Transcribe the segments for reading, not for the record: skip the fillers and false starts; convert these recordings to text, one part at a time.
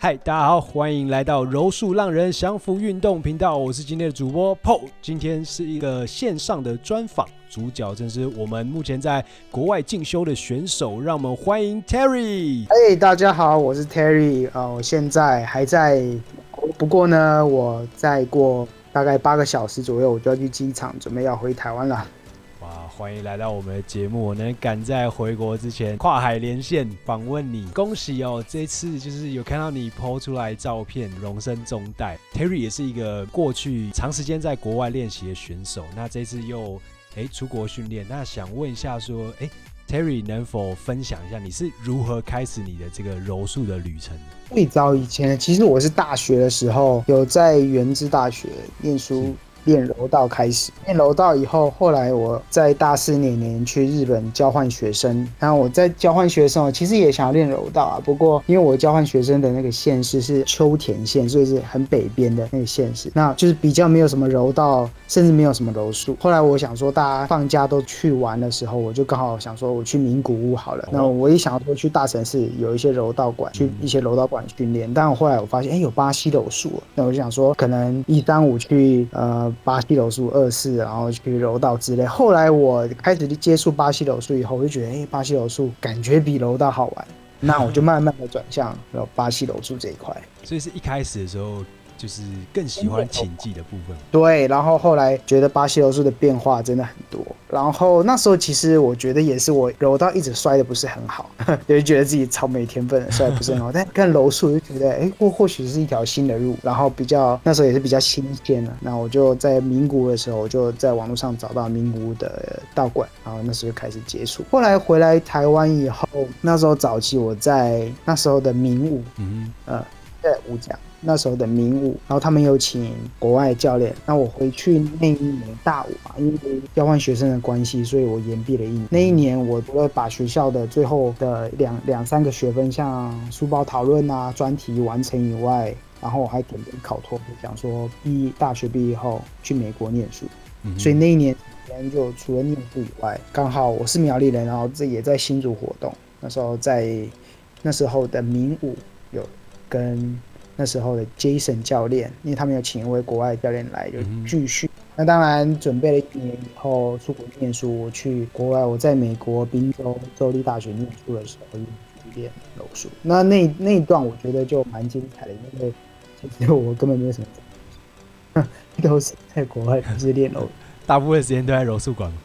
嗨，大家好，欢迎来到柔术让人降服运动频道，我是今天的主播 Paul。今天是一个线上的专访，主角正是我们目前在国外进修的选手，让我们欢迎 Terry。 大家好，我是 Terry。我现在还在，不过呢，我再过大概8个小时左右，我就要去机场，准备要回台湾了。 哇，欢迎来到我们的节目，我能赶在回国之前跨海连线访问你，恭喜哦！这一次就是有看到你 po 出来照片，荣升中代。Terry 也是一个过去长时间在国外练习的选手，那这次又出国训练，那想问一下说，Terry 能否分享一下你是如何开始你的这个柔术的旅程？ 最早以前，其实我是大学的时候有在原知大学念书。练柔道开始，练柔道以后，后来我在大4那年去日本交换学生。然后我在交换学生，其实也想要练柔道啊，不过因为我交换学生的那个县市是秋田县，所以是很北边的那个县市，那就是比较没有什么柔道，甚至没有什么柔术。后来我想说，大家放假都去玩的时候，我就刚好想说我去名古屋好了。那我也想要说去大城市有一些柔道馆，去一些柔道馆训练。但后来我发现，有巴西柔术，那我就想说，可能1、3、5去巴西柔术2、4，然后去柔道之类。后来我开始接触巴西柔术以后，我就觉得，巴西柔术感觉比柔道好玩，那我就慢慢的转向巴西柔术这一块。 所以是一开始的时候就是更喜欢擒技的部分。 对，然后后来觉得巴西柔术的变化真的很多。然后那时候其实我觉得也是我柔道一直摔的不是很好，就觉得自己超没天分的，摔得不是很好。但看柔术就觉得，或许是一条新的路，然后那时候也是比较新鲜的。那我就在名古屋的时候，我就在网络上找到名古屋的道馆，然后那时候就开始接触。后来回来台湾以后，那时候早期我在那时候的名武，在武甲。那时候的名武，然后他们有请国外教练。那我回去那一年大5嘛，因为交换学生的关系，所以我延毕了1年。那一年我除了把学校的最后的两三个学分，像书包讨论啊、专题完成以外，然后我还准备考托福，想说大学毕业后去美国念书。所以那一年就除了念书以外，刚好我是苗栗人，然后这也在新竹活动。那时候的名武有跟那时候的 Jason 教练，因为他们有请一位国外教练来就继续。那当然准备了1年以后出国念书，我去国外，我在美国宾州州立大学念书的时候去练柔术。那一段我觉得就蛮精彩的，因为其实我根本没有什么都是在国外就是练柔术， 大部分时间都在柔术馆。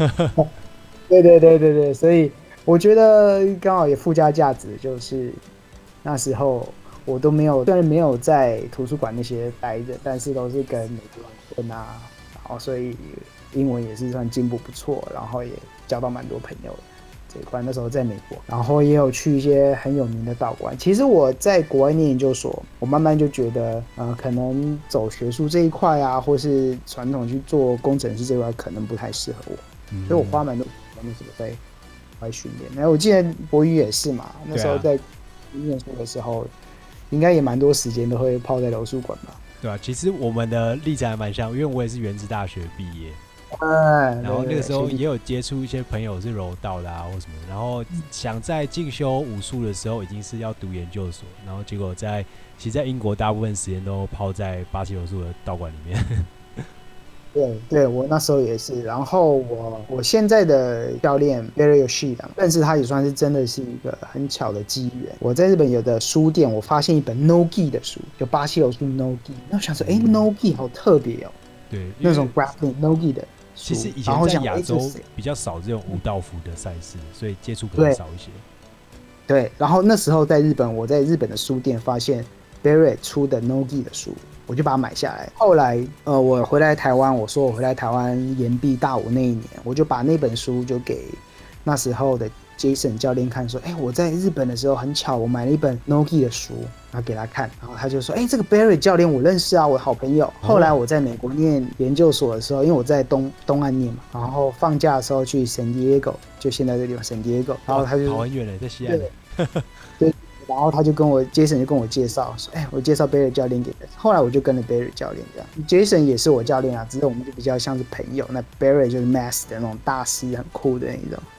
对，所以我觉得刚好也附加价值，就是那时候我都没有，虽然没有在图书馆那些待着，但是都是跟美国人混啊，然后所以英文也是算进步不错，然后也交到蛮多朋友的。这一块那时候在美国，然后也有去一些很有名的道馆。其实我在国外念研究所，我慢慢就觉得，可能走学术这一块啊，或是传统去做工程师这一块，可能不太适合我，所以我花蛮多时间那时候在国外训练。然后我记得博宇也是嘛，那时候在念书的时候。应该也蛮多时间都会泡在柔术馆吧？ 对啊，其实我们的例子还蛮像，因为我也是原治大学毕业，然后那个时候也有接触一些朋友是柔道的啊或什么的，然后想在进修武术的时候已经是要读研究所，然后结果其实在英国大部分时间都泡在巴西柔术的道馆里面。 对，我那时候也是。然后我现在的教练 Barry Yoshida， 但是他也算是真的是一个很巧的机缘。我在日本有的书店，我发现一本 No-Gi 的书，就巴西柔术 No-Gi。那我想说，No-Gi 好特别哦。 对， 那种 grappling No-Gi 的书。 其实以前在亚洲比较少这种武道服的赛事，所以接触可能少一些。 对，然后那时候在日本，我在日本的书店发现 Barry 出的 No-Gi 的书。我就把它买下来。后来，我回来台湾，我说我回来台湾延毕大5那一年，我就把那本书就给那时候的 Jason 教练看，说，我在日本的时候很巧，我买了一本 No-Gi 的书，然后给他看，然后他就说，这个 Barry 教练我认识啊，我好朋友。后来我在美国念研究所的时候，因为我在东岸念嘛，然后放假的时候去 San Diego， 就现在这地方 San Diego， 然后他就跑很远了，在西岸。 对。然后他就Jason 就跟我介绍说，我介绍 Barry 教练给他。后来我就跟了 Barry 教练这样。Jason 也是我教练啊，只是我们就比较像是朋友。那 Barry 就是 Master 的那种大师，很酷的那种。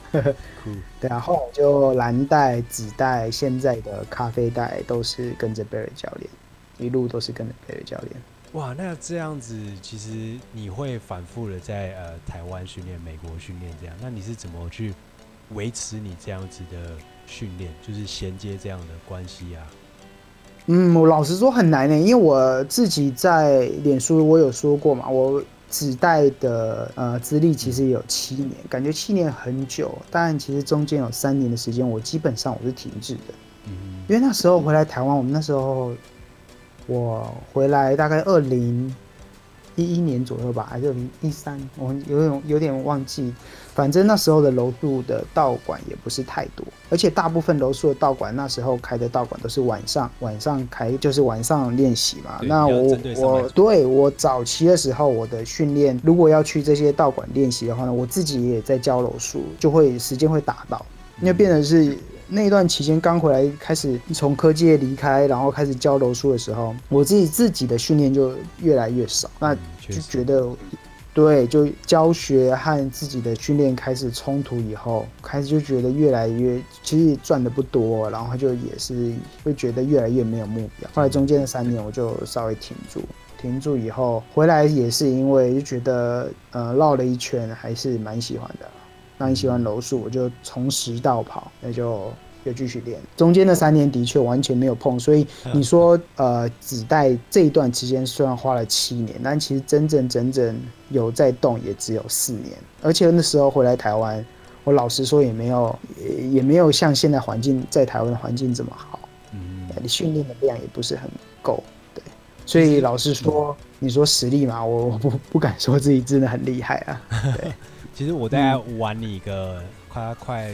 酷。 对啊，后来就蓝带、紫带，现在的咖啡带都是跟着 Barry 教练，一路都是跟着 Barry 教练。 哇，那这样子其实你会反复的在台湾训练、美国训练这样，那你是怎么去维持你这样子的训练，就是衔接这样的关系啊？ 我老实说很难呢，因为我自己在脸书我有说过嘛，我只带的资历其实也有7年，感觉7年很久，但其实中间有3年的时间，我基本上我是停滞的，因为那时候回来台湾，我们那时候我回来大概2011年左右吧，还是2013，我有点忘记。反正那时候的柔术的道馆也不是太多，而且大部分柔术的道馆那时候开的道馆都是晚上开，就是晚上练习嘛。那我早期的时候，我的训练如果要去这些道馆练习的话呢，我自己也在教柔术，就会时间会打到，因为变成是。那段期间刚回来，开始从科技业离开，然后开始教柔术的时候，我自己的训练就越来越少，那就觉得，对，就教学和自己的训练开始冲突以后，开始就觉得越来越，其实赚的不多，然后就也是会觉得越来越没有目标。后来中间的3年我就稍微停住以后回来也是因为就觉得绕了一圈还是蛮喜欢的。那你喜欢柔术，我就从实到跑，那就继续练。中间的3年的确完全没有碰，所以你说只带这一段期间虽然花了7年，但其实真正有在动也只有4年。而且那时候回来台湾，我老实说也没有像现在在台湾的环境这么好，你训练的量也不是很够，对。所以老实说，你说实力嘛，我不敢说自己真的很厉害啊，对。 其实我大概玩你一个快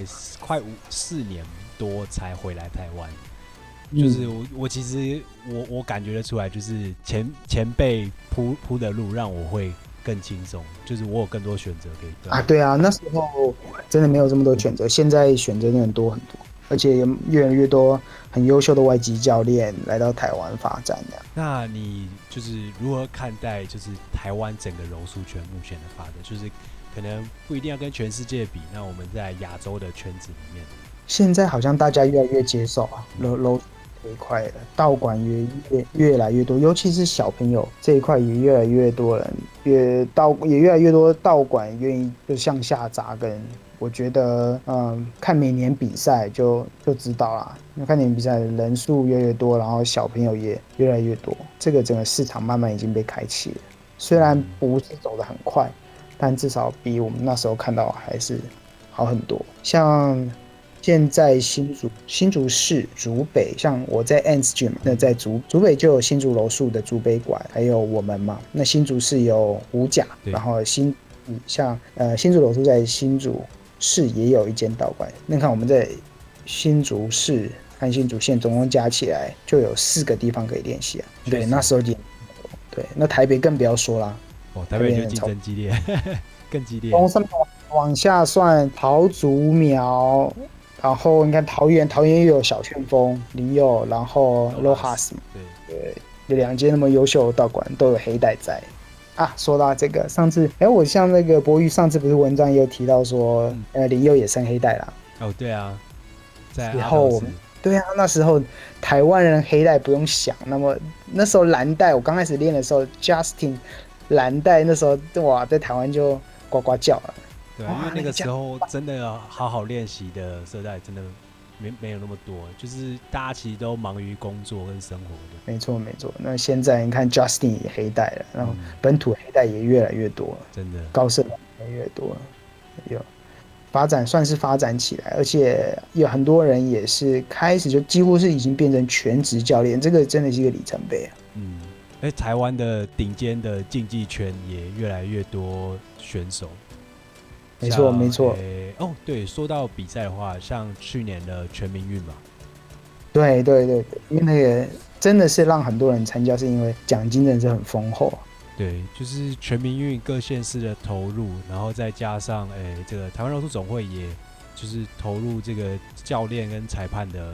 4年多才回来台湾，就是我其实我感觉得出来，就是前辈铺的路让我会更轻松，就是我有更多选择可以干。 对啊，那时候真的没有这么多选择，现在选择很多，而且也越来越多很优秀的外籍教练来到台湾发展的。 那你就是如何看待就是台湾整个柔术圈目前的发展？就是可能不一定要跟全世界比，那我们在亚洲的圈子里面， 现在好像大家越来越接受柔这一块的道馆越来越多，尤其是小朋友这一块也越来越多人，也越来越多道馆愿意就向下扎根。我觉得，看每年比赛就知道啦。看每年比赛人数越来越多，然后小朋友也越来越多，这个整个市场慢慢已经被开启了。虽然不是走得很快，但至少比我们那时候看到还是好很多。像现在新竹市竹北，像我在 Ants Gym， 那在竹北就有新竹柔术的竹北馆，还有我们嘛。那新竹市有五甲，然后新竹柔术在新竹市也有一间道馆。那看我们在新竹市和新竹县总共加起来就有4个地方可以练习啊。对，那时候对，那台北更不要说啦。 台北就竞争激烈，更激烈。 从上面往下算，桃竹苗，然后你看桃园也有小旋风、李友，然后 Lohas， 对，有2间那么优秀的道馆都有黑带在。说到这个，上次我像那个博宇上次不是文章也有提到说，李友也升黑带啦。 对啊，在然后对啊，那时候台湾人黑带不用想，那么那时候蓝带我刚开始练的时候 ，Justin 蓝带那时候哇，在台湾就呱呱叫了。 对，因为那个时候真的好好练习的色带真的没有那么多，就是大家其实都忙于工作跟生活的。 没错。那现在你看 Justin 也黑带了，然后本土黑带也越来越多了， 真的高色越来越多了，算是发展起来，而且有很多人也是开始就几乎是已经变成全职教练，这个真的是一个里程碑啊。 台湾的顶尖的竞技圈也越来越多选手。 没错。 对，说到比赛的话，像去年的全民运嘛， 对，因为那个真的是让很多人参加，是因为奖金真的是很丰厚啊。 对，就是全民运各县市的投入，然后再加上这个台湾柔术总会也就是投入这个教练跟裁判的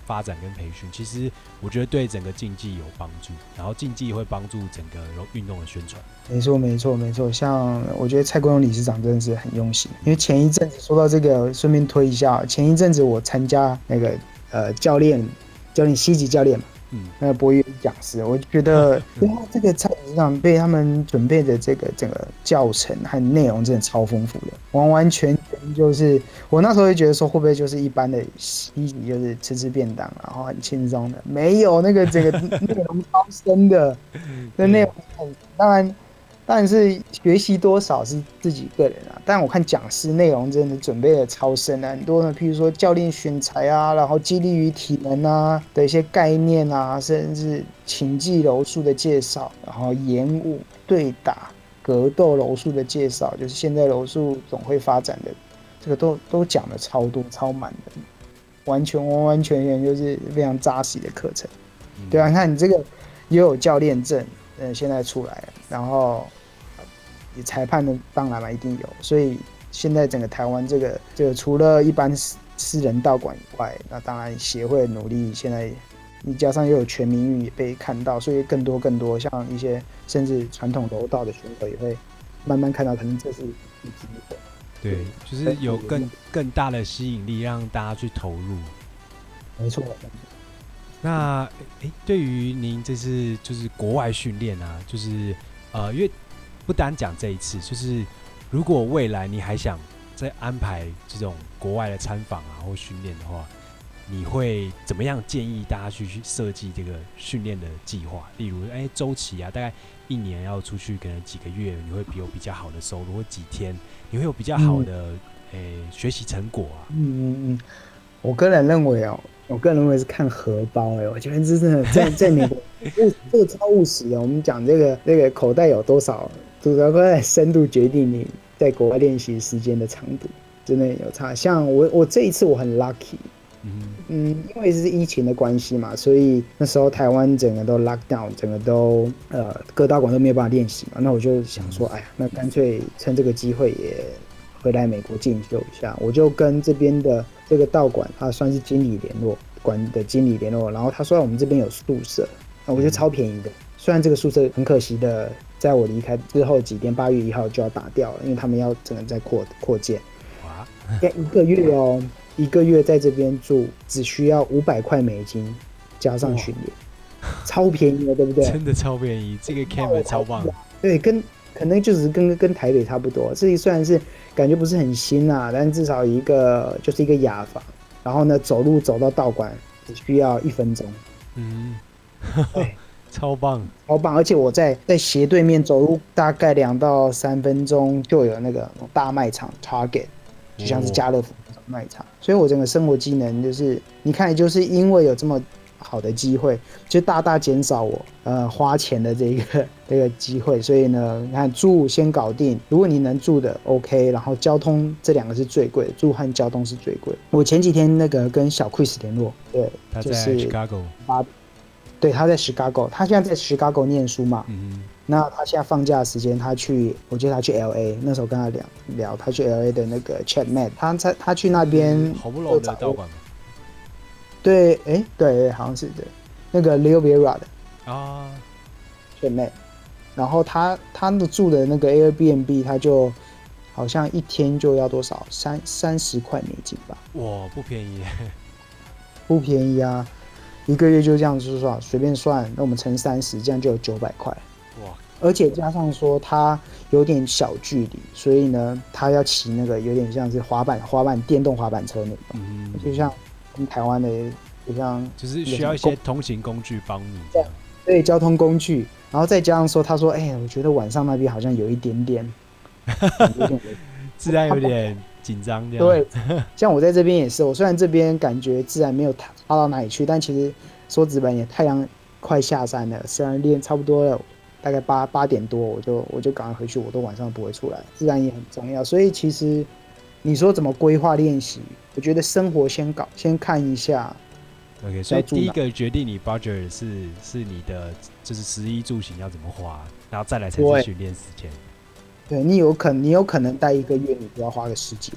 发展跟培训，其实我觉得对整个竞技有帮助，然后竞技会帮助整个运动的宣传。 没错，没错，没错。像我觉得蔡国勇理事长真的是很用心，因为前一阵子说到这个，顺便推一下，前一阵子我参加那个教练西级教练嘛，那个博语讲师，我觉得这个蔡理事长被他们准备的这个整个教程和内容真的超丰富的，完完全全就是我那时候就觉得说会不会就是一般的西级就是吃便当，然后很轻松的，没有那个整个内容超深的，那内容很当然是学习多少是自己个人啊，但我看讲师内容真的准备的超深啊，很多呢，譬如说教练选材啊，然后激励与体能啊的一些概念啊，甚至擒技柔术的介绍，然后演武、对打、格斗柔术的介绍，就是现在柔术总会发展的这个都讲的超多超满的，完全就是非常扎实的课程。对啊，你看你这个也有教练证，现在出来了，然后裁判的当然嘛一定有，所以现在整个台湾这个除了一般私人道馆以外，那当然协会的努力，现在你加上又有全民运也被看到，所以更多像一些甚至传统柔道的选手也会慢慢看到，可能这是一机会。 对，就是有更大的吸引力，让大家去投入。 没错。 那对于您这次就是国外训练啊，就是因为不单讲这一次，就是如果未来你还想再安排这种国外的参访啊或训练的话，你会怎么样建议大家去设计这个训练的计划？例如，周期啊，大概1年要出去，可能几个月，你会有比较好的收入，或几天你会有比较好的学习成果啊。 我个人认为是看荷包我觉得这真的在美国这个超务实的。我们讲这个口袋有多少口袋深度决定你在国外练习时间的长度，真的有差。像我这一次我很 lucky，因为是疫情的关系嘛，所以那时候台湾整个都 lock down， 整个都各道馆都没有办法练习嘛。那我就想说，哎呀，那干脆趁这个机会也回来美国进修一下。我就跟这边的这个道馆，他算是经理馆的经理联络，然后他说我们这边有宿舍，我觉得超便宜的。虽然这个宿舍很可惜的，在我离开之后几天，8月1号就要打掉了，因为他们要整个在扩建。要一个月在这边住只需要500块美金加上训练，超便宜的，对不对？ 真的超便宜，这个 camp 超棒。 对，可能就是跟台北差不多。这虽然是感觉不是很新啊，但至少就是一个雅房，然后呢走路走到道馆只需要1分钟。对， 超棒， 而且我在斜对面走路大概2到3分钟就有那个大卖场 Target， 就像是家乐福那种卖场，所以我整个生活机能就是你看，就是因为有这么好的机会，就大大减少我花钱的这个机会。所以呢，你看住先搞定，如果你能住的 OK， 然后交通这2个是最贵的，住和交通是最贵。我前几天那个跟小 Chris 联络，对， 他在 Chicago， 对，他在 Chicago， 他现在在 Chicago 念书嘛。那他现在放假的时间，我记得他去 LA， 那时候跟他聊，他去 LA 的那个 Chat Med， 他去那边好不容易的道馆吗？ 对，对，好像是对，那个 Leo Vera 的啊 Chat Med， 然后他住的那个 Airbnb， 他就好像一天就要多少30块美金吧？ 哇，不便宜， 不便宜啊！一个月就这样子算，随便算，那我们乘30，这样就有900块。哇！而且加上说他有点小距离，所以呢，他要骑那个有点像是电动滑板车那种，就像跟台湾的，就像就是需要一些通行工具帮你这样。 对，交通工具，然后再加上说，他说，我觉得晚上那边好像有一点点， 自然有点紧张这样。 对，像我在这边也是，我虽然这边感觉自然没有差到哪里去，但其实说直白点，太阳快下山了，虽然练差不多了，大概8点多，我就赶快回去，我都晚上不会出来，自然也很重要。所以其实你说怎么规划练习，我觉得生活先看一下。 OK， 所以第一个决定你 budget 是你的就是食衣住行要怎么花，然后再来才是训练时间。 对，你有可能待1个月，你就要花个10几万。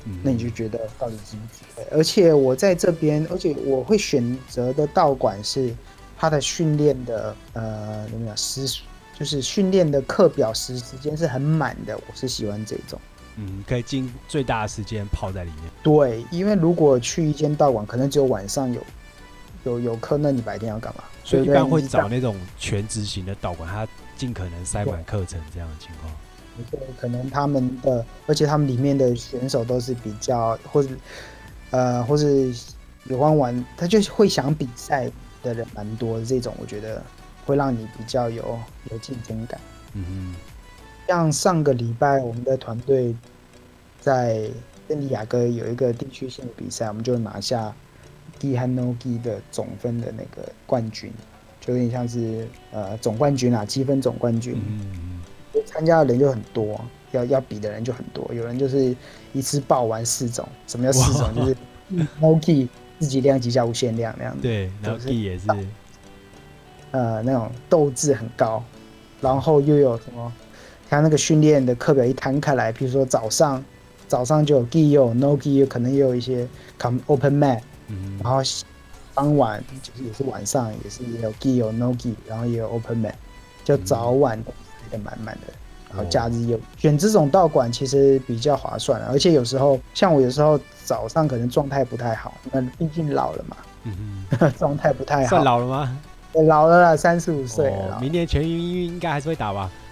那你就觉得到底值不值得？而且我在这边，而且我会选择的道馆是他的训练的怎么讲就是训练的课表时间是很满的，我是喜欢这种。 可以尽最大的时间泡在里面。 对，因为如果去一间道馆，可能只有晚上有课，那你白天要干嘛？ 所以一般会找那种全职型的道馆，他尽可能塞满课程这样的情况。 对，可能他们的，而且他们里面的选手都是比较，或是有玩，他就会想比赛的人蛮多的，这种我觉得会让你比较有竞争感。像上个礼拜我们的团队在圣地亚哥有一个地区性的比赛，我们就拿下 gi 和 no gi 的总分的那个冠军，就有点像是总冠军啦，积分总冠军。参加的人就很多，要比的人就很多，有人就是一次报完4种。什么叫4种？就是 no gi 自己量级加无限量那样子。 对，然后 gi 也是那种斗志很高，然后又有什么？他那个训练的课表一摊开来，比如说早上就有 gi 又有 no gi， 可能也有一些 open mat，然后傍晚就是也是晚上也是也有 gi 有 no gi， 然后也有 open mat， 就早晚都塞得满满的。然后假日有选这种道馆其实比较划算，而且有时候像我有时候早上可能状态不太好，那毕竟老了嘛，状态不太好。 算老了吗？ 老了啦，35岁了。 明年全运应该还是会打吧？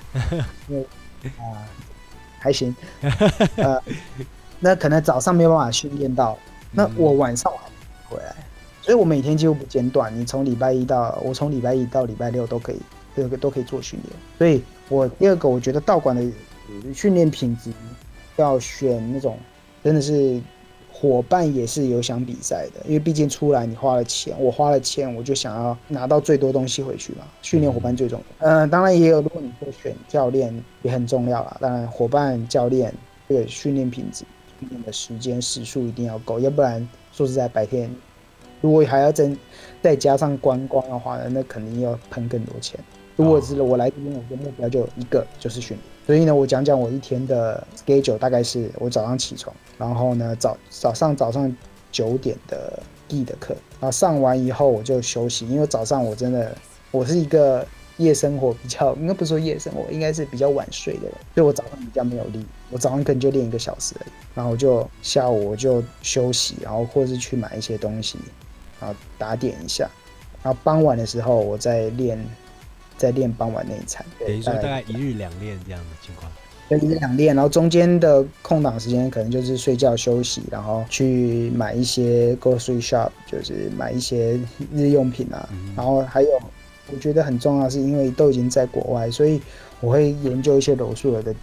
还行。那可能早上没有办法训练到，那我晚上还回来，所以我每天几乎不间断。我从礼拜一到礼拜六都可以做训练。所以我第二个我觉得道馆的训练品质要选那种真的是伙伴也是有想比赛的，因为毕竟出来你花了钱，我花了钱，我就想要拿到最多东西回去嘛。训练伙伴最重要。当然也有，如果你说选教练也很重要啦。当然伙伴、教练这个训练品质、训练的时间时数一定要够，要不然说实在白天如果还要再加上观光的话，那肯定要喷更多钱。如果是我来这边，我的目标就有一个，就是训练。所以呢，我讲我一天的 schedule， 大概是我早上起床，然后呢早上9点的 gi 的课，然后上完以后我就休息，因为早上我是一个夜生活比较，应该不是说夜生活，应该是比较晚睡的人，所以我早上比较没有力，我早上可能就练1个小时而已，然后下午我就休息，然后或是去买一些东西，然后打点一下，然后傍晚的时候我再练傍晚那一餐， 等于说大概1日2练这样的情况。 1日2练，然后中间的空档时间可能就是睡觉休息，然后去买一些 grocery shop， 就是买一些日用品啊，然后还有我觉得很重要，是因为都已经在国外，所以我会研究一些柔术的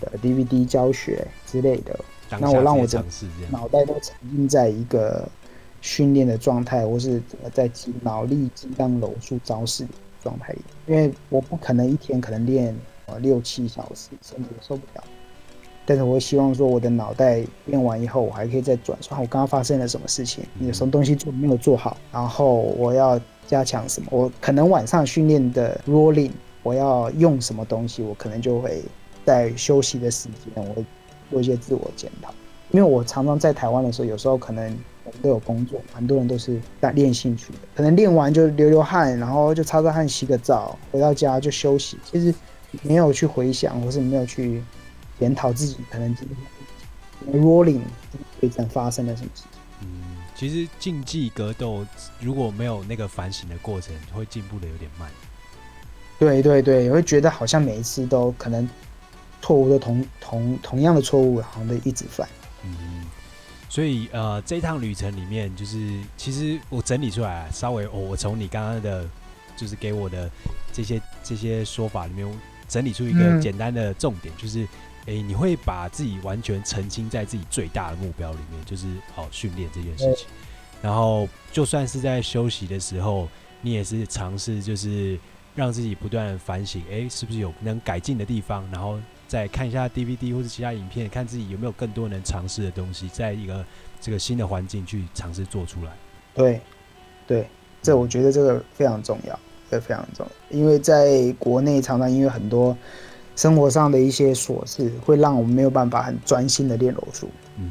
DVD 教学之类的，那我让我的脑袋都沉浸在一个训练的状态，或是在脑力激荡柔术招式状态里，因为我不可能一天可能练6-7小时，甚至受不了。但是我希望说，我的脑袋练完以后，我还可以再转说，我刚刚发生了什么事情，有什么东西没有做好，然后我要加强什么。我可能晚上训练的 rolling， 我要用什么东西，我可能就会在休息的时间，我会做一些自我检讨。因为我常常在台湾的时候，有时候可能我们都有工作，很多人都是在练兴趣的，可能练完就流汗，然后就擦擦汗、洗个澡，回到家就休息。其实没有去回想，或是没有去检讨自己可能今天 rolling 对战发生了什么事情。 其实竞技格斗如果没有那个反省的过程，会进步的有点慢。 对对对，我会觉得好像每一次都可能错误的同样的错误，好像都一直犯。 所以这一趟旅程里面，就是其实我整理出来稍微我从你刚刚的，就是给我的这些说法里面，整理出一个简单的重点，就是你会把自己完全沉浸在自己最大的目标里面，就是训练这件事情。然后就算是在休息的时候，你也是尝试就是让自己不断反省，是不是有能改进的地方，然后再看一下 DVD 或是其他影片，看自己有没有更多能尝试的东西，在一个这个新的环境去尝试做出来。 对，对，这我觉得这个非常重要，这非常重要，因为在国内常常因为很多生活上的一些琐事，会让我们没有办法很专心的练柔术。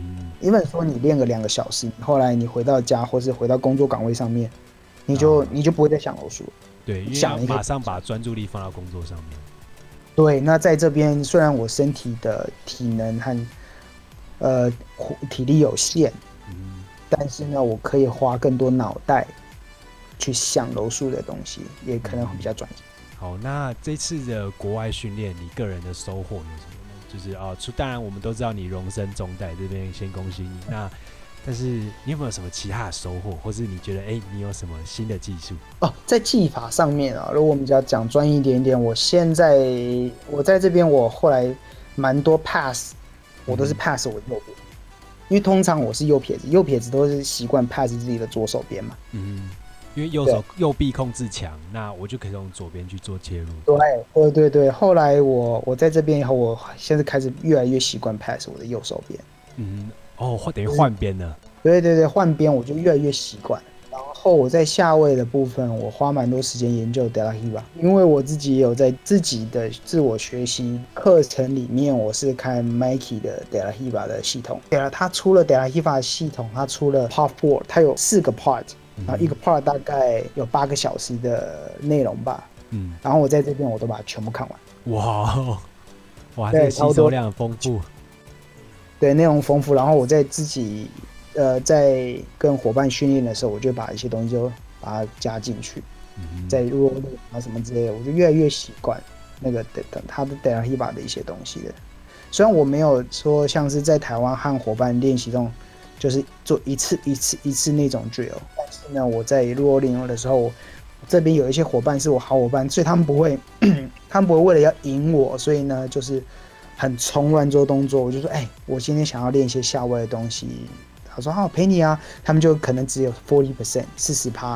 因为说你练个2个小时，后来你回到家或是回到工作岗位上面，你就不会再想柔术了。 对，因为要马上把专注力放到工作上面。 对，那在这边虽然我身体的体能和体力有限，但是呢，我可以花更多脑袋去想柔术的东西，也可能会比较专业。 好，那这次的国外训练，你个人的收获有什么呢？就是当然我们都知道你荣升中代，这边先恭喜你。那但是你有没有什么其他的收获，或是你觉得你有什么新的技术？ 在技法上面啊，如果我们只要讲专业一点点，我在这边，我后来蛮多 pass， 我都是 pass 我右边，因为通常我是右撇子，右撇子都是习惯 pass 自己的左手边嘛。 因为右臂控制强，那我就可以用左边去做切入。 对，后来我在这边以后，我现在开始越来越习惯 pass 我的右手边。 等于换边了。 对，换边我就越来越习惯。然后我在下位的部分，我花蛮多时间研究 De La Riva， 因为我自己也有在自己的自我学习课程里面，我是看 Mikey 的 De La Riva 的系统。他出了 De La Riva 的系统，他出了 Part 4， 他有4个 part， 然后一个 part 大概有8个小时的内容吧。然后我在这边我都把它全部看完。 哇，这个吸收量很丰富。 对，内容丰富。然后我在自己在跟伙伴训练的时候，我就把一些东西就把它加进去，在弱力啊什么之类的，我就越来越习惯那个他的 De La Riva 的一些东西的。虽然我没有说像是在台湾和伙伴练习这种，就是做一次那种 drill， 但是呢，我在弱力的时候，这边有一些伙伴是我好伙伴，所以他们不会为了要赢我，所以呢就是很冲乱做动作。我就说，我今天想要练一些下位的东西。他说好，陪你啊。他们就可能只有 40%，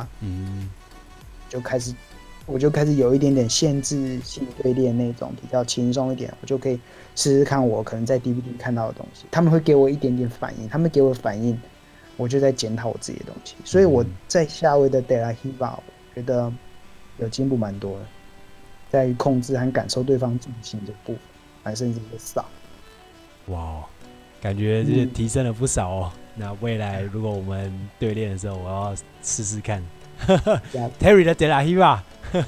我就开始有一点点限制性对练那种比较轻松一点，我就可以试试看我可能在 DVD 看到的东西。他们会给我一点点反应，他们给我反应，我就在检讨我自己的东西。所以我在下位的 De La Riva， 我觉得有进步蛮多的，在于控制和感受对方重心的部分，甚至是扫。 哇，感觉就是提升了不少哦。那未来如果我们对练的时候，我要试试看。Terry 的 De La Riva。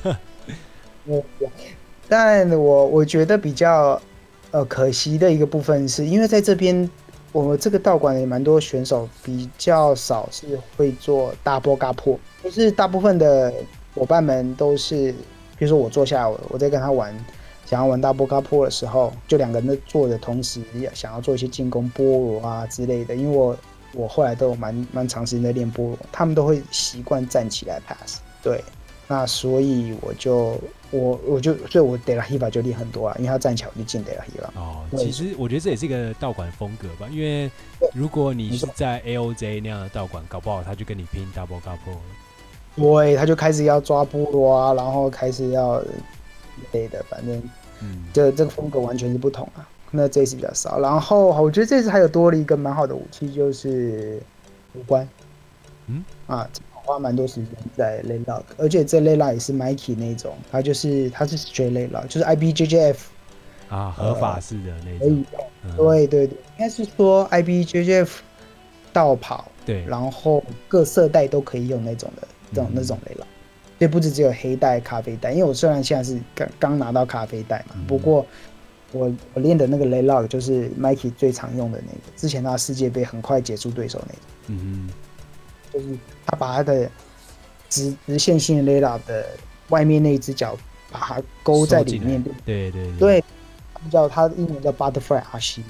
但我觉得比较可惜的一个部分是，因为在这边我们这个道馆也蛮多选手比较少是会做 double gappo， 就是大部分的伙伴们都是，比如说我坐下来，我在跟他玩。想要玩 double gappo 的时候，就2个人在做的同时，想要做一些进攻菠萝啊之类的。因为我后来都有蛮长时间在练菠萝，他们都会习惯站起来 pass。对，那所以所以我 De La Riva 就练很多啊，因为他站起来我就进 De La Riva。 其实我觉得这也是一个道馆风格吧，因为如果你是在 AOJ 那样的道馆，搞不好他就跟你拼 double gappo 了。 对，他就开始要抓菠萝啊，然后开始要类的，反正这个风格完全是不同啊。那这一次比较少，然后我觉得这次还有多了一个蛮好的武器，就是无关。花蛮多时间在 leg lock， 而且这 leg lock 也是 Mikey 那种，他是 straight leg lock， 就是 IBJJF 合法式的那种。 对，应该是说 IBJJF 道跑，对，然后各色带都可以用那种的那种 leg lock。所以不只有黑带、咖啡带，因为我虽然现在是刚拿到咖啡带嘛，不过我练的那个 leg lock 就是 Mikey 最常用的那个，之前他世界杯很快结束对手那种。就是他把他的直线性的 leg lock 的外面那一只脚把它勾在里面。对，他英文叫 butterfly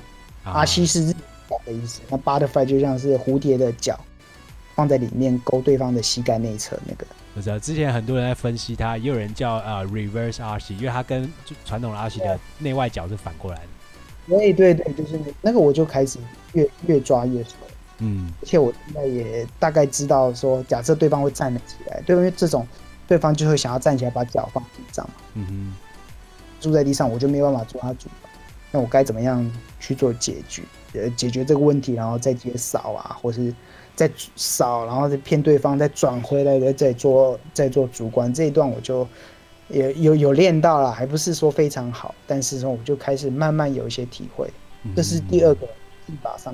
RC，RC 是日脚的意思，那 butterfly 就像是蝴蝶的脚，放在里面勾对方的膝盖内侧那个。 我知道之前很多人在分析它，也有人叫reverse RC， 因为它跟传统的 RC 的内外脚是反过来的。 对，就是那个我就开始越抓越熟。而且我现在也大概知道说，假设对方会站得起来，因为这种对方就会想要站起来把脚放地上嘛。住在地上我就没有办法做他主，那我该怎么样去做解决这个问题，然后再接扫啊，或是再扫，然后再骗对方，再转回来，再做主观这一段，我就也有练到了，还不是说非常好，但是说我就开始慢慢有一些体会。这是第二个技法上面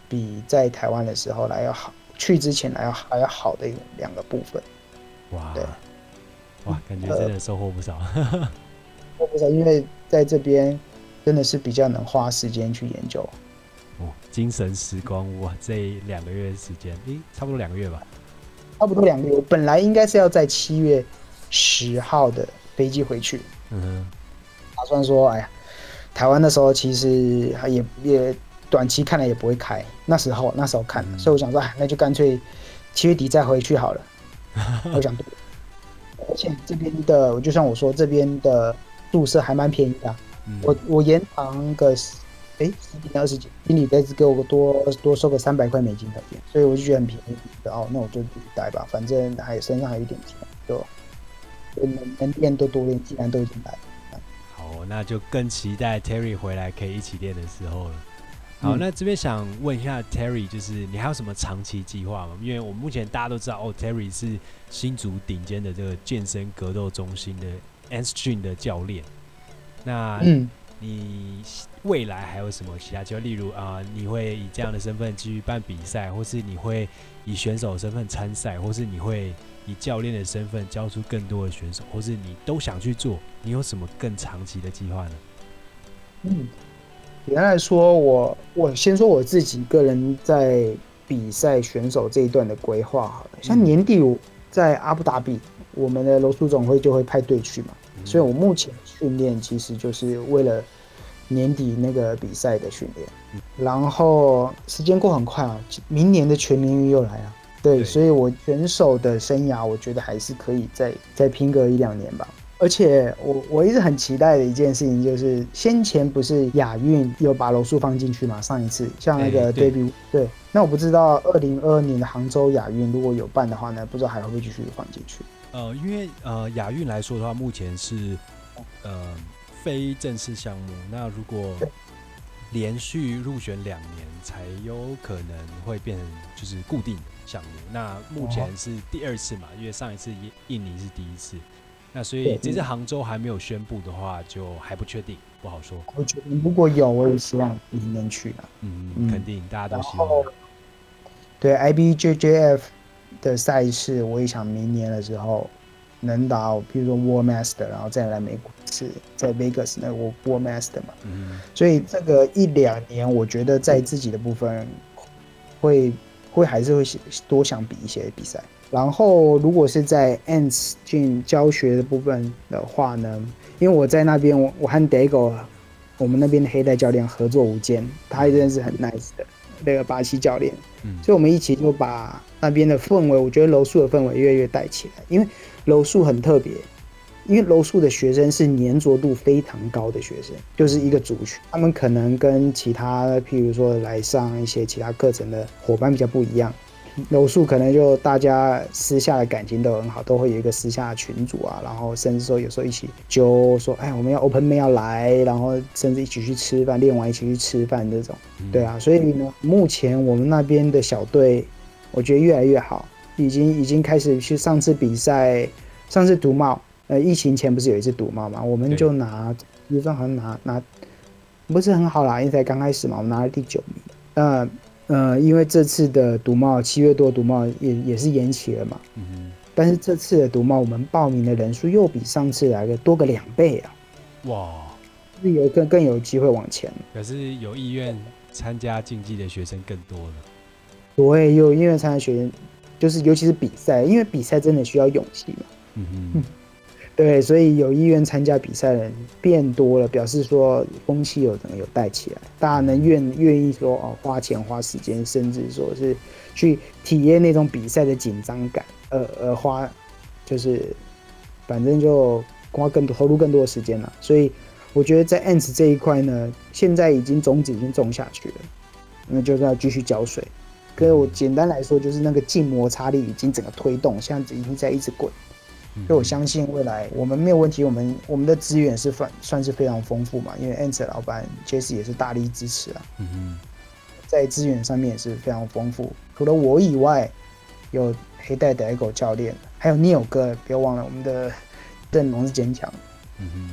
比在台湾的时候来要好，去之前来还要好的2个部分。 哇对， 哇，感觉真的收获不少。 我不知道，因为在这边真的是比较能花时间去研究。 精神时光屋啊，这2个月的时间，差不多2个月吧。 差不多2个月，我本来应该是要在7月10号的飞机回去，打算说，哎呀，台湾那时候其实也短期看来也不会开，那时候看，所以我想说，那就干脆7月底再回去好了。我想，而且这边的，就像我说，这边的宿舍还蛮便宜的，我延长个10几天20几，经理再给我多收个300块美金的钱，所以我就觉得很便宜。那我就自己待吧，反正身上还有一点钱，就能练多练，既然都已经来了。 好，那就更期待 Terry 回来可以一起练的时候了。好，那这边想问一下 Terry， 就是你还有什么长期计划吗？因为我们目前大家都知道，Terry 是新竹顶尖的这个健身格斗中心的 N-Stream 的教练。那你未来还有什么其他计划？例如你会以这样的身份继续办比赛，或是你会以选手身份参赛，或是你会以教练的身份教出更多的选手，或是你都想去做？你有什么更长期的计划呢？ 简单来说，我先说我自己个人在比赛选手这一段的规划好了。像年底我在阿布达比，我们的柔术总会就会派队去嘛，所以我目前训练其实就是为了年底那个比赛的训练。然后时间过很快啊，明年的全民运又来了，对，所以我选手的生涯，我觉得还是可以再拼个1-2年吧。而且我一直很期待的一件事情就是，先前不是亚运有把柔术放进去嘛？上一次像那个 debut，对，那我不知道2022年的杭州亚运如果有办的话呢，不知道还会不会继续放进去？ 因为亚运来说的话，目前是非正式项目，那如果连续入选2年，才有可能会变成就是固定的项目。那目前是第2次嘛，因为上一次印尼是第1次。那所以这次杭州还没有宣布的话，就还不确定，不好说。 我觉得如果有，我也希望明年去了。 肯定大家都希望。 对 IBJJF 的赛事，我也想明年的时候能打，比如说 World Master， 然后再来美国是在 Vegas 那个 World Master 嘛。所以这个1-2年，我觉得在自己的部分还是会多想比一些比赛。然后，如果是在 N-Stream 教学的部分的话呢，因为我在那边，我和 Dago 我们那边的黑带教练合作无间，他真的是很 nice 的那个巴西教练，所以我们一起就把那边的氛围，我觉得柔术的氛围越来越带起来。因为柔术很特别，因为柔术的学生是粘着度非常高的学生，就是一个族群，他们可能跟其他譬如说来上一些其他课程的伙伴比较不一样。柔术可能就大家私下的感情都很好，都会有一个私下的群组啊，然后甚至说有时候一起就说，哎，我们要 open mail 要来，然后甚至一起去吃饭，练完一起去吃饭这种，对啊，所以呢，目前我们那边的小队，我觉得越来越好，已经开始去上次比赛，上次独帽，疫情前不是有一次独帽嘛，我们就比如说好像拿不是很好啦，因为才刚开始嘛，我们拿了第9名，因为这次的独帽7月多独帽也是延期了嘛，但是这次的独帽我们报名的人数又比上次来个多个2倍啊！哇，是更有机会往前。 可是有意愿参加竞技的学生更多了。 对，有意愿参加学生，就是尤其是比赛，因为比赛真的需要勇气嘛。对，所以有意愿参加比赛的人变多了，表示说风气有带起来，大家能愿意说花钱花时间，甚至说是去体验那种比赛的紧张感，花就是反正就投入更多的时间了。所以我觉得在 ANTS 这一块呢，现在种子已经种下去了，那就是要继续浇水。跟我简单来说，就是那个静摩擦力已经整个推动，现在已经在一直滚。所以我相信未来我们没有问题，我们的资源是算是非常丰富嘛，因为 ANTS 的老板 Jesse 也是大力支持啊，在资源上面也是非常丰富。除了我以外，有黑带的 Ego 教练，还有 Neil 哥，不要忘了我们的阵容是坚强。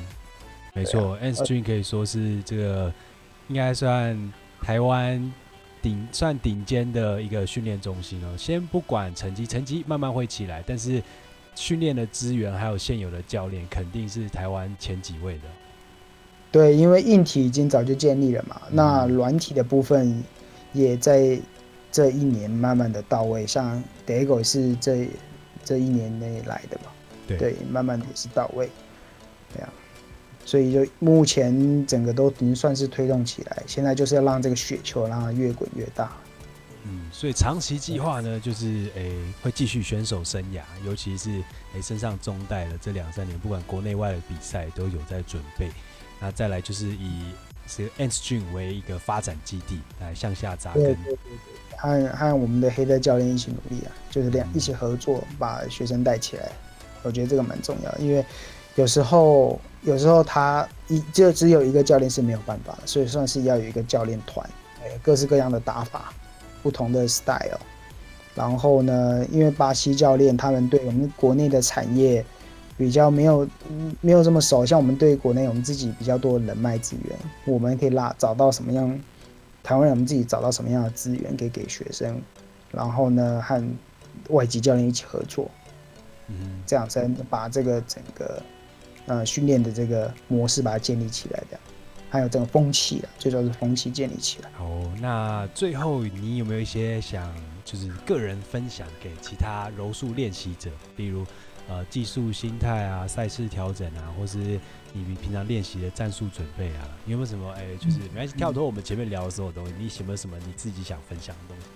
没错，N-Stream 可以说是这个应该算台湾算顶尖的一个训练中心哦。先不管成绩慢慢会起来，但是训练的资源还有现有的教练，肯定是台湾前几位的。 对，因为硬体已经早就建立了嘛，那软体的部分也在这一年慢慢的到位，像 Diego 是这一年内来的嘛，对，慢慢的也是到位，对啊，所以就目前整个都已经算是推动起来，现在就是要让这个雪球让它越滚越大。 所以长期计划呢，就是会继续选手生涯，尤其是升上中代了这2-3年，不管国内外的比赛都有在准备。那再来就是以Ants Gym 为一个发展基地来向下扎根。 对，和我们的黑带教练一起努力啊，就是一起合作把学生带起来。我觉得这个蛮重要，因为有时候他就只有一个教练是没有办法的，所以算是要有一个教练团，各式各样的打法，不同的 style。然后呢，因为巴西教练他们对我们国内的产业比较没有这么熟，像我们对国内我们自己比较多的人脉资源，我们可以找到什么样台湾人，我们自己找到什么样的资源可以给学生，然后呢和外籍教练一起合作，这样才能把这个整个训练的这个模式把它建立起来的，还有这个风气啊，最主要是风气建立起来。 那最后你有没有一些想就是个人分享给其他柔术练习者，比如技术、心态啊、赛事调整啊，或是你平常练习的战术准备啊，你有没有什么就是没关系，跳脱我们前面聊的所有东西，你有没有什么你自己想分享的东西？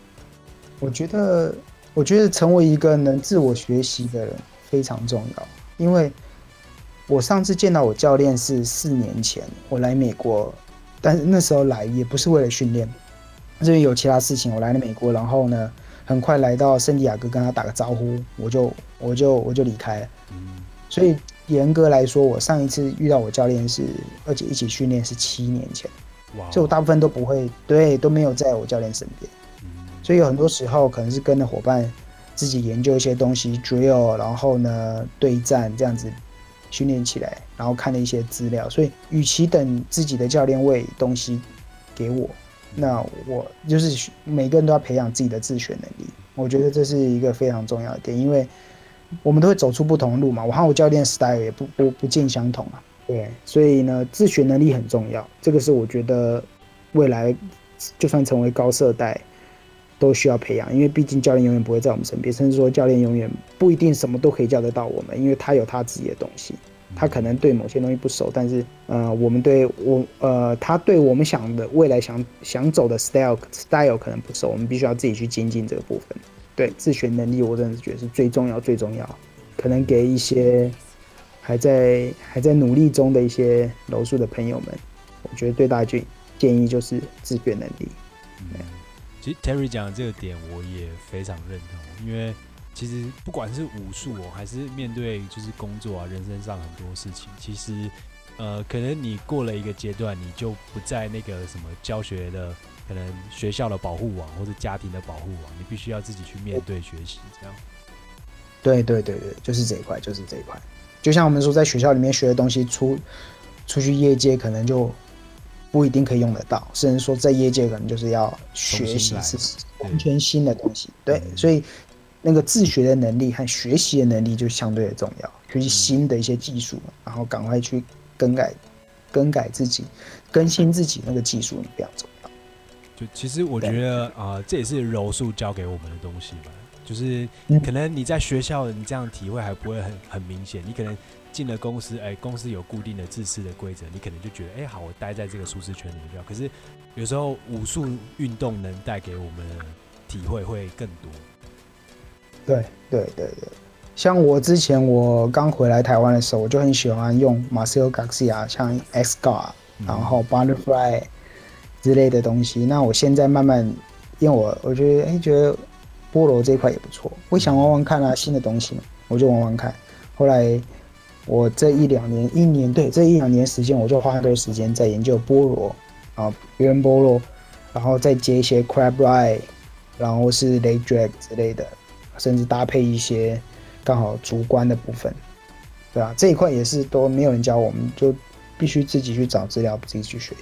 我觉得成为一个能自我学习的人非常重要，因为我上次见到我教练是4年前，我来美国，但是那时候来也不是为了训练，因为有其他事情，我来了美国，然后呢，很快来到圣地亚哥跟他打个招呼，我就离开了。所以严格来说，我上一次遇到我教练而且一起训练是7年前，所以我大部分都不会，都没有在我教练身边。所以有很多时候可能是跟着伙伴自己研究一些东西 drill， 然后呢对战这样子训练起来，然后看了一些资料。所以与其等自己的教练喂东西给我，那我就是每个人都要培养自己的自学能力。我觉得这是一个非常重要的点，因为我们都会走出不同的路嘛。我和我教练 style 也不尽相同啊。对，所以呢，自学能力很重要。这个是我觉得未来就算成为高社代都需要培养，因为毕竟教练永远不会在我们身边，甚至说教练永远不一定什么都可以教得到我们，因为他有他自己的东西，他可能对某些东西不熟，但是我们他对我们未来想走的 style 可能不熟，我们必须要自己去精进这个部分。对，自学能力我真的是觉得是最重要，可能给一些还在努力中的一些柔术的朋友们，我觉得最大的建议就是自学能力。 其实 Terry 讲的这个点我也非常认同，因为其实不管是武术还是面对就是工作啊、人生上很多事情，其实可能你过了一个阶段，你就不在那个什么教学的可能学校的保护网或者家庭的保护网，你必须要自己去面对学习这样。 对，就是这一块，就像我们说，在学校里面学的东西出去业界可能就不一定可以用得到，甚至说在业界可能就是要学习是完全新的东西。对，所以那个自学的能力和学习的能力就相对的重要，学习新的一些技术，然后赶快去更改自己，更新自己那个技术非常重要。 就其实我觉得这也是柔术教给我们的东西吧，就是可能你在学校你这样体会还不会很明显，你可能进了公司，公司有固定的制式的规则，你可能就觉得，好，我待在这个舒适圈里面就好。可是有时候武术运动能带给我们的体会会更多。 对，像我之前我刚回来台湾的时候，我就很喜欢用 Marcelo Garcia 像 X Guard，然后 Butterfly 之类的东西。那我现在慢慢，因为我觉得菠萝这一块也不错，我想玩玩看新的东西嘛，我就玩玩看。后来我这1-2年时间，我就花很多时间在研究菠萝啊，别人菠萝，然后再接一些 Crab Ride， 然后是 Leg Drag 之类的，甚至搭配一些刚好主观的部分，对吧？这一块也是都没有人教我们，就必须自己去找资料，自己去学习啊。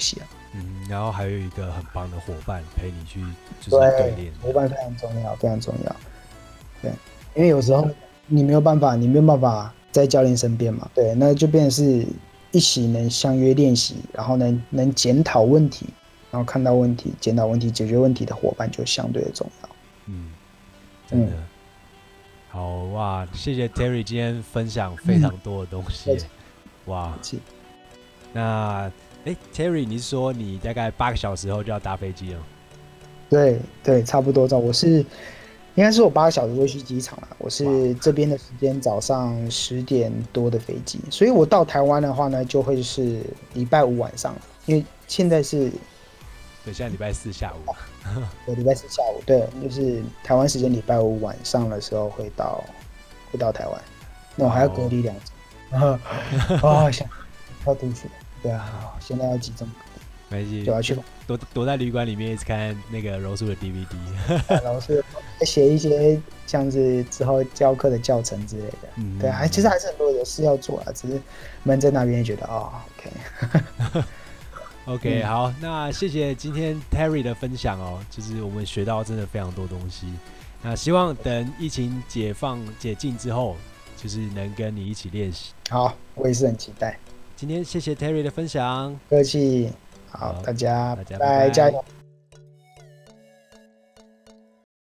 然后还有一个很棒的伙伴陪你去就是对练， 伙伴非常重要，非常重要。对，因为有时候你没有办法在教练身边嘛，对，那就变成是一起能相约练习，然后能检讨问题，然后看到问题、检讨问题、解决问题的伙伴就相对的重要。 真的。好哇，谢谢 Terry 今天分享非常多的东西，哇。那Terry 你是说你大概8个小时后就要搭飞机了？ 对，差不多应该是我8个小时就去机场了。我是这边的时间早上10点多的飞机，所以我到台湾的话呢，就会是礼拜5晚上，因为现在是对，现在礼拜4下午。 对，礼拜4下午，对，就是台湾时间礼拜5晚上的时候会到台湾，那我还要隔离2周，想要读书，对啊，现在要集中， 没关系， 就要去躲在旅馆里面一直看那个柔术的 DVD， 然后是写一些像是之后教课的教程之类的，对，其实还是很多有事要做啊，只是闷在那边觉得 OK， 好，那谢谢今天 Terry 的分享哦，就是我们学到真的非常多东西。那希望等疫情解禁之后，就是能跟你一起练习。 好，我也是很期待。 今天谢谢 Terry 的分享， 客气，好，大家拜拜，加油。